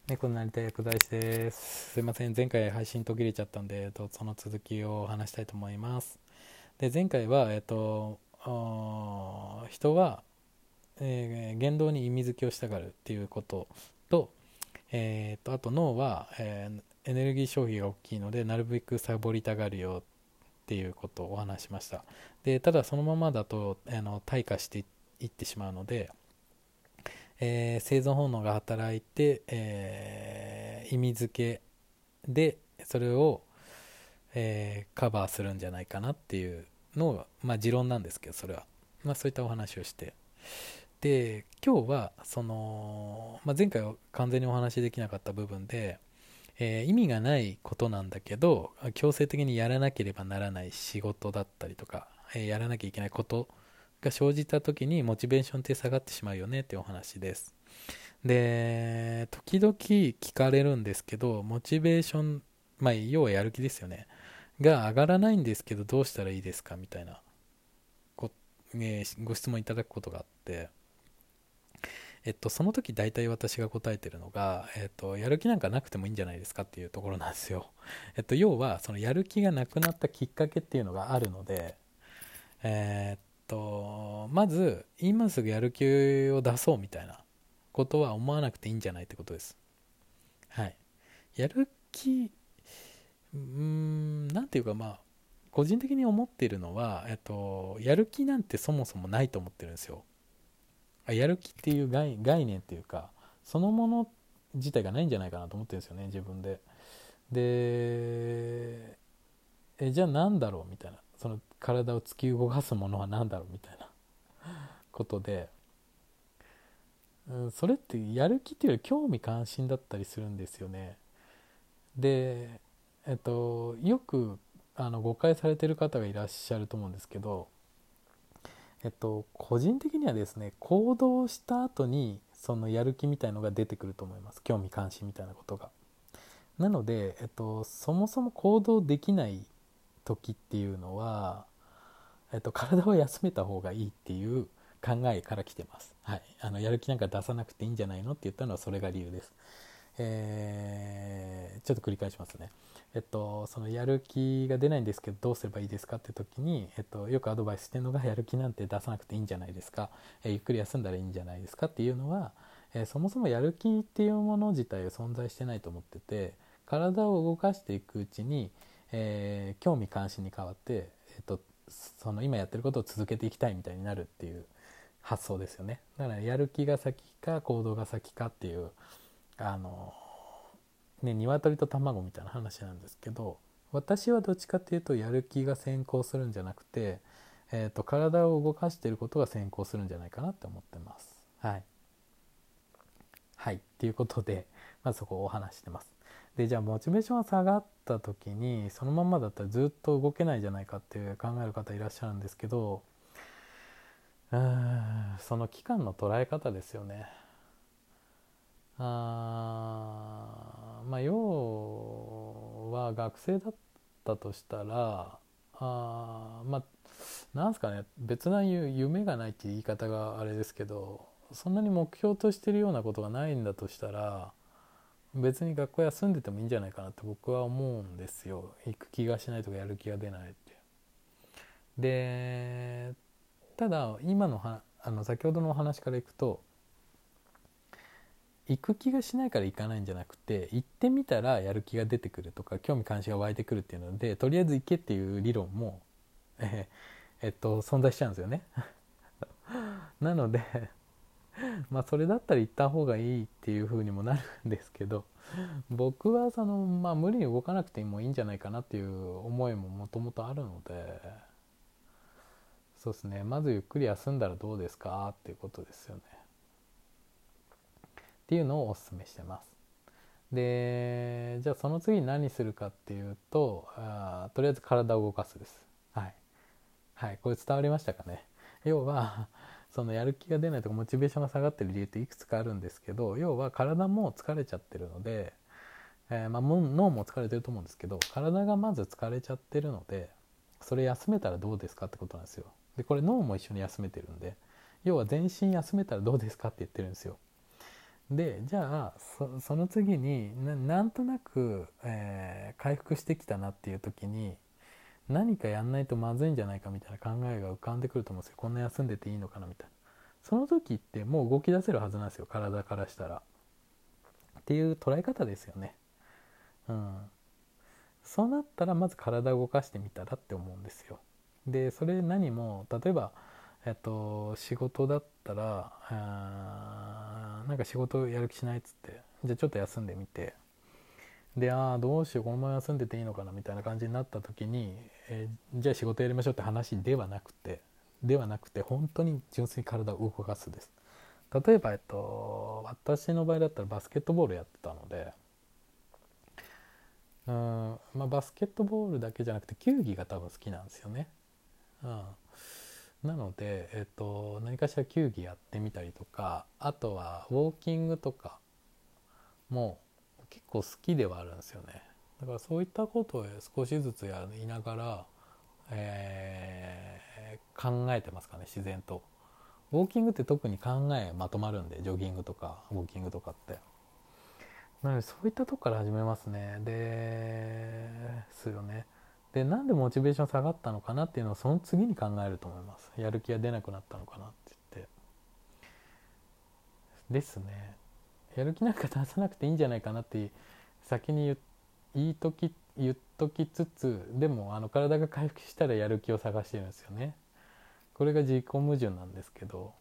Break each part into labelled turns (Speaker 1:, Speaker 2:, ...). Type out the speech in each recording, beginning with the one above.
Speaker 1: 猫になりたい薬剤師です。すいません、前回配信途切れちゃったんで、その続きを話したいと思います。で、前回は、人は、言動に意味付けをしたがるっていうことと、あと脳は、エネルギー消費が大きいので、なるべくサボりたがるよっていうことをお話しました。で、ただそのままだと、退化していってしまうので、生存本能が働いて、意味付けでそれを、カバーするんじゃないかなっていうのが、持論なんですけど、それは、そういったお話をして、で今日は前回は完全にお話しできなかった部分で、意味がないことなんだけど強制的にやらなければならない仕事だったりとか、やらなきゃいけないことが生じた時にモチベーションって下がってしまうよねっていうお話です。で時々聞かれるんですけど、モチベーション、要はやる気ですよね、が上がらないんですけどどうしたらいいですかみたいなご質問いただくことがあって、その時大体私が答えてるのが、やる気なんかなくてもいいんじゃないですかっていうところなんですよ。要はそのやる気がなくなったきっかけっていうのがあるので、まず今すぐやる気を出そうみたいなことは思わなくていいんじゃないってことです。はい。やる気、なんていうか、個人的に思っているのは、やる気なんてそもそもないと思ってるんですよ。やる気っていう概念っていうか、そのもの自体がないんじゃないかなと思ってるんですよね、自分で。で、じゃあ何だろうみたいな、その体を突き動かすものは何だろうみたいなことで、それってやる気っていうより興味関心だったりするんですよね。で、よく誤解されてる方がいらっしゃると思うんですけど、個人的にはですね、行動した後にそのやる気みたいのが出てくると思います。興味関心みたいなことが。なので、そもそも行動できない時っていうのは、体を休めた方がいいっていう考えから来てます。はい。やる気なんか出さなくていいんじゃないのって言ったのはそれが理由です。ちょっと繰り返しますね。そのやる気が出ないんですけどどうすればいいですかって時に、よくアドバイスしてるのが、やる気なんて出さなくていいんじゃないですか、ゆっくり休んだらいいんじゃないですかっていうのは、そもそもやる気っていうもの自体は存在してないと思ってて、体を動かしていくうちに、興味関心に変わって、その今やってることを続けていきたいみたいになるっていう発想ですよね。だからやる気が先か行動が先かっていう、あの鶏と卵みたいな話なんですけど、私はどっちかっていうとやる気が先行するんじゃなくて、体を動かしていることが先行するんじゃないかなって思ってます。はい。はい。っていうことで、まずそこをお話してます。で、じゃあモチベーションが下がった時に、そのままだったらずっと動けないじゃないかっていう考える方いらっしゃるんですけど、その期間の捉え方ですよね。要は学生だったとしたら、なんすかね、別な夢がないっていう言い方があれですけど、そんなに目標としてるようなことがないんだとしたら、別に学校休んでてもいいんじゃないかなって僕は思うんですよ。行く気がしないとかやる気が出ないって。で、ただ今の先ほどのお話からいくと、行く気がしないから行かないんじゃなくて、行ってみたらやる気が出てくるとか興味関心が湧いてくるっていうので、とりあえず行けっていう理論も、存在しちゃうんですよね。なのでそれだったら行った方がいいっていう風にもなるんですけど、僕は無理に動かなくてもいいんじゃないかなっていう思いももともとあるので、そうですね、まずゆっくり休んだらどうですかっていうことですよね。っていうのをお勧めしてます。で、じゃあその次に何するかっていうと、とりあえず体を動かすです。はい。はい、これ伝わりましたかね。要は、そのやる気が出ないとかモチベーションが下がってる理由っていくつかあるんですけど、要は体も疲れちゃってるので、脳も疲れてると思うんですけど、体がまず疲れちゃってるので、それ休めたらどうですかってことなんですよ。で、これ脳も一緒に休めてるんで、要は全身休めたらどうですかって言ってるんですよ。 でじゃあその次になんとなく、回復してきたなっていう時に何かやんないとまずいんじゃないかみたいな考えが浮かんでくると思うんですよ。こんな休んでていいのかなみたいな。その時ってもう動き出せるはずなんですよ、体からしたら。っていう捉え方ですよね。うん。そうなったらまず体を動かしてみたらって思うんですよ。でそれ何も例えば、仕事だったらなんか仕事やる気しないっつって、じゃあちょっと休んでみて、でどうしようこのまま休んでていいのかなみたいな感じになった時に、じゃあ仕事やりましょうって話ではなくて本当に純粋に体を動かすです。例えば、私の場合だったらバスケットボールやってたので、バスケットボールだけじゃなくて球技が多分好きなんですよね。うん、なので、何かしら球技やってみたりとか、あとはウォーキングとかも結構好きではあるんですよね。だからそういったことを少しずつやりながら、考えてますかね、自然と。ウォーキングって特に考えまとまるんで、ジョギングとかウォーキングとかって。なのでそういったとこから始めますね。ですよね。でなんでモチベーション下がったのかなっていうのをその次に考えると思います。やる気が出なくなったのかなって言ってですね。やる気なんか出さなくていいんじゃないかなって先に言っときつつ、でも体が回復したらやる気を探してるんですよね。これが自己矛盾なんですけど、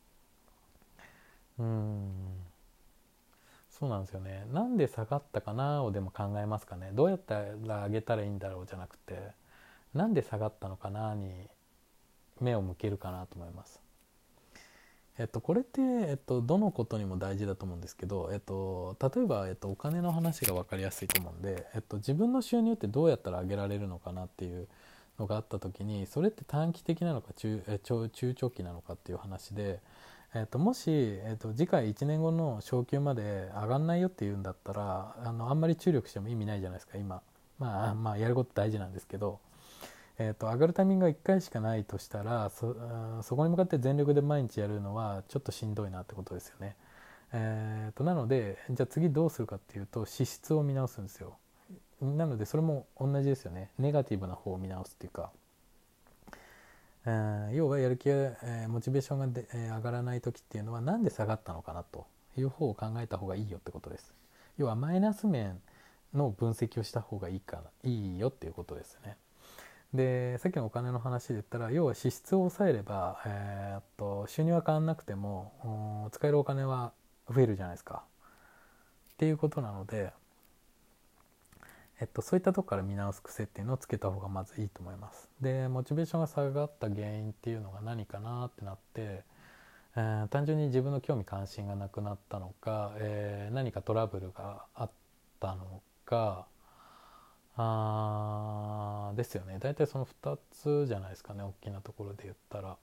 Speaker 1: うーんそうなんですよね。なんで下がったかなをでも考えますかね。どうやったら上げたらいいんだろうじゃなくて、なんで下がったのかなに目を向けるかなと思います。これって、どのことにも大事だと思うんですけど、例えば、お金の話が分かりやすいと思うんで、自分の収入ってどうやったら上げられるのかなっていうのがあった時に、それって短期的なのか中長期なのかっていう話で、もし、次回1年後の昇給まで上がんないよっていうんだったらあんまり注力しても意味ないじゃないですか今。まあやること大事なんですけど、上がるタイミングが1回しかないとしたらそこに向かって全力で毎日やるのはちょっとしんどいなってことですよね。なのでじゃあ次どうするかっていうと支出を見直すんですよ。なのでそれも同じですよね。ネガティブな方を見直すっていうか、要はやる気や、モチベーションが上がらない時っていうのはなんで下がったのかなという方を考えた方がいいよってことです。要はマイナス面の分析をした方がいいよっていうことですね。でさっきのお金の話で言ったら、要は支出を抑えれば、収入は変わんなくても使えるお金は増えるじゃないですかっていうことなので、そういったとこから見直す癖っていうのをつけた方がまずいいと思います。でモチベーションが下がった原因っていうのが何かなってなって、単純に自分の興味関心がなくなったのか、何かトラブルがあったのかですよね。大体その2つじゃないですかね、大きなところで言ったら。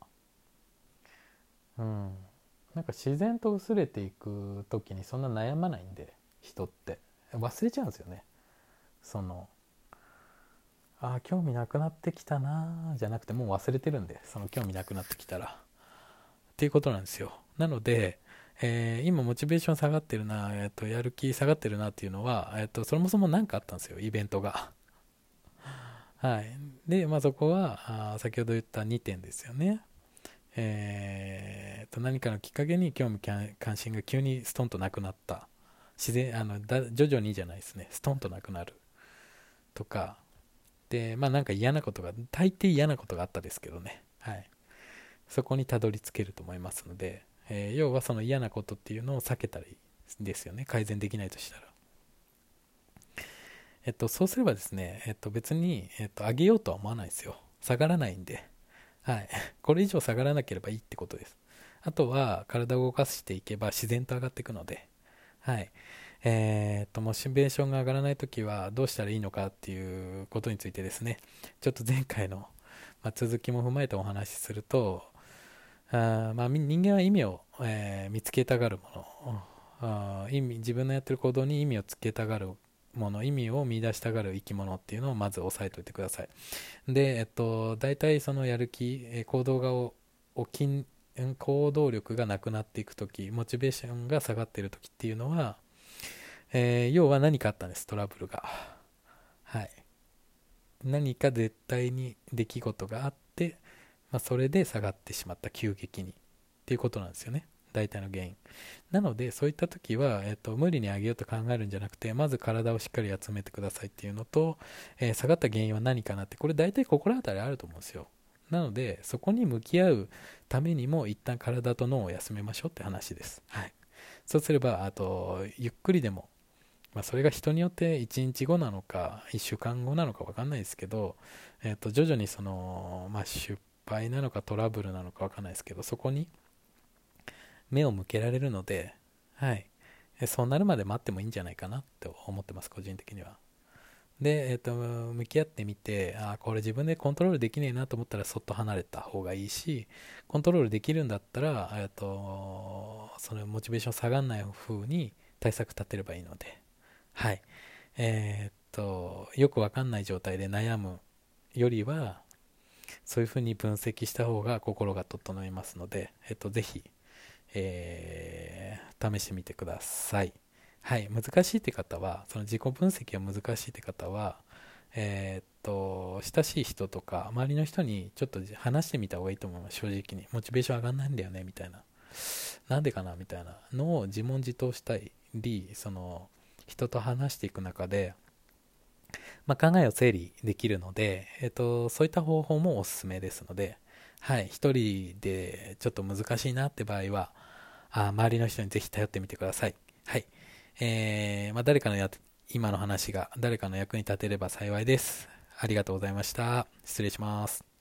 Speaker 1: なんか自然と薄れていく時にそんな悩まないんで、人って忘れちゃうんですよね。その興味なくなってきたなじゃなくて、もう忘れてるんで、その興味なくなってきたらっていうことなんですよ。なので、今モチベーション下がってるな、やる気下がってるなっていうのは、そもそも何かあったんですよ、イベントが。はい。で、そこは先ほど言った2点ですよね。何かのきっかけに興味関心が急にストンとなくなった。徐々にじゃないですね、ストンとなくなるとかで、なんか大抵嫌なことがあったですけどね、はい、そこにたどり着けると思いますので、要はその嫌なことっていうのを避けたりですよね、改善できないとしたら。そうすればですね、別に、上げようとは思わないですよ。下がらないんで。はい。これ以上下がらなければいいってことです。あとは、体を動かしていけば自然と上がっていくので。はい。モチベーションが上がらないときはどうしたらいいのかっていうことについてですね、ちょっと前回の、続きも踏まえてお話しすると、人間は意味を、見つけたがるもの、自分のやってる行動に意味をつけたがるもの、意味を見出したがる生き物っていうのをまず押さえておいてください。で、大体そのやる気、行動が行動力がなくなっていくとき、モチベーションが下がっているときっていうのは、要は何かあったんです、トラブルが。はい。何か絶対に出来事があって、それで下がってしまった、急激にっていうことなんですよね、大体の原因。なのでそういった時は、無理に上げようと考えるんじゃなくて、まず体をしっかり集めてくださいっていうのと、下がった原因は何かなって、これ大体心当たりあると思うんですよ。なのでそこに向き合うためにも一旦体と脳を休めましょうって話です。はい。そうすれば、あとゆっくりでも、それが人によって1日後なのか1週間後なのか分かんないですけど、徐々に失敗なのかトラブルなのか分かんないですけど、そこに目を向けられるので、はい、そうなるまで待ってもいいんじゃないかなって思ってます、個人的には。で、向き合ってみて、これ自分でコントロールできねえなと思ったらそっと離れた方がいいし、コントロールできるんだったら、そのモチベーション下がらない風に対策立てればいいので、はい。よくわかんない状態で悩むよりは、そういうふうに分析した方が心が整いますので、ぜひ、試してみてください。はい。難しいって方は、その自己分析が難しいって方は、親しい人とか、周りの人にちょっと話してみた方がいいと思います、正直に。モチベーション上がんないんだよね、みたいな。なんでかな、みたいなのを自問自答したり、人と話していく中で、考えを整理できるので、そういった方法もおすすめですので、はい、一人でちょっと難しいなって場合は、周りの人にぜひ頼ってみてください。はい。誰かの今の話が誰かの役に立てれば幸いです。ありがとうございました。失礼します。